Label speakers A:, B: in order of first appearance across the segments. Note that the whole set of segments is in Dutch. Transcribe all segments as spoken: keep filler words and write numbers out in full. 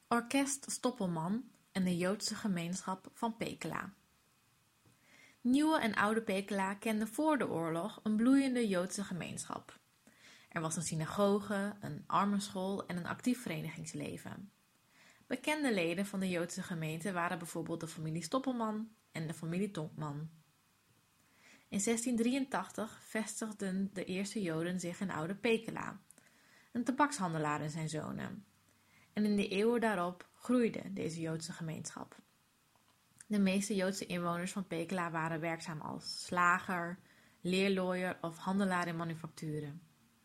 A: Orkest Stoppelman en de Joodse gemeenschap van Pekela. Nieuwe en Oude Pekela kenden voor de oorlog een bloeiende Joodse gemeenschap. Er was een synagoge, een armenschool en een actief verenigingsleven. Bekende leden van de Joodse gemeente waren bijvoorbeeld de familie Stoppelman en de familie Tonkman. In zestien drieëntachtig vestigden de eerste Joden zich in Oude Pekela, een tabakshandelaar en zijn zonen. En in de eeuwen daarop groeide deze Joodse gemeenschap. De meeste Joodse inwoners van Pekela waren werkzaam als slager, leerlooier of handelaar in manufacturen.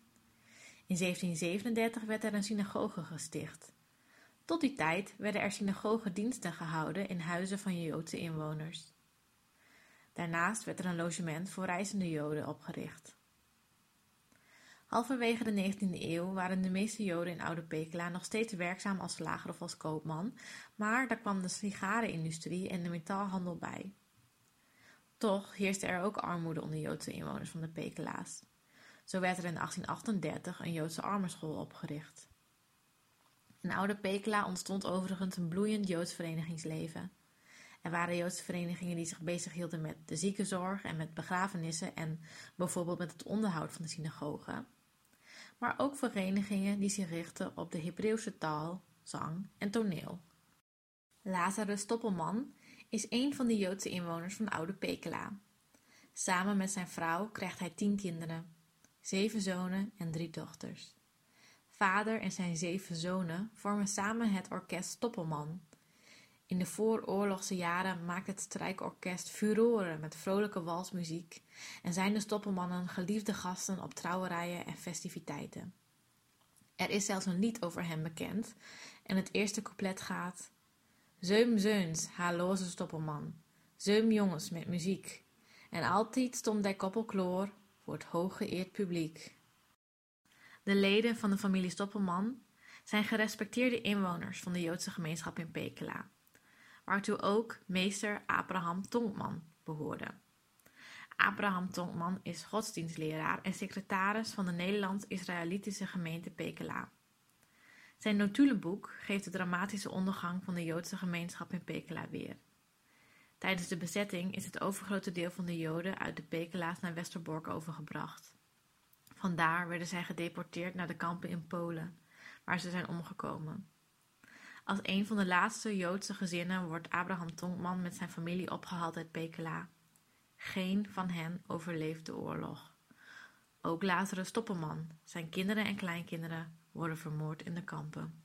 A: In zeventien zevenendertig werd er een synagoge gesticht. Tot die tijd werden er synagogediensten gehouden in huizen van Joodse inwoners. Daarnaast werd er een logement voor reizende Joden opgericht. Halverwege de negentiende eeuw waren de meeste Joden in Oude Pekela nog steeds werkzaam als slager of als koopman, maar daar kwam de sigarenindustrie en de metaalhandel bij. Toch heerste er ook armoede onder Joodse inwoners van de Pekela's. Zo werd er in achttien achtendertig een Joodse armenschool opgericht. In Oude Pekela ontstond overigens een bloeiend Joods verenigingsleven. Er waren Joodse verenigingen die zich bezighielden met de ziekenzorg en met begrafenissen en bijvoorbeeld met het onderhoud van de synagoge. Maar ook verenigingen die zich richtten op de Hebreeuwse taal, zang en toneel. Lazarus Stoppelman is een van de Joodse inwoners van Oude Pekela. Samen met zijn vrouw krijgt hij tien kinderen, zeven zonen en drie dochters. Vader en zijn zeven zonen vormen samen het orkest Stoppelman. In de vooroorlogse jaren maakt het strijkorkest furoren met vrolijke walsmuziek en zijn de Stoppelmannen geliefde gasten op trouwerijen en festiviteiten. Er is zelfs een lied over hem bekend en het eerste couplet gaat: Zeum zeuns, haarloze Stoppelman, zeum jongens met muziek, en altijd stond hij koppelkloor voor het hooggeëerd publiek. De leden van de familie Stoppelman zijn gerespecteerde inwoners van de Joodse gemeenschap in Pekela, waartoe ook meester Abraham Tonkman behoorde. Abraham Tonkman is godsdienstleraar en secretaris van de Nederlands-Israëlitische gemeente Pekela. Zijn notulenboek geeft de dramatische ondergang van de Joodse gemeenschap in Pekela weer. Tijdens de bezetting is het overgrote deel van de Joden uit de Pekela's naar Westerbork overgebracht. Vandaar werden zij gedeporteerd naar de kampen in Polen, waar ze zijn omgekomen. Als een van de laatste Joodse gezinnen wordt Abraham Tonkman met zijn familie opgehaald uit Pekela. Geen van hen overleeft de oorlog. Ook Lazarus Stoppelman, zijn kinderen en kleinkinderen worden vermoord in de kampen.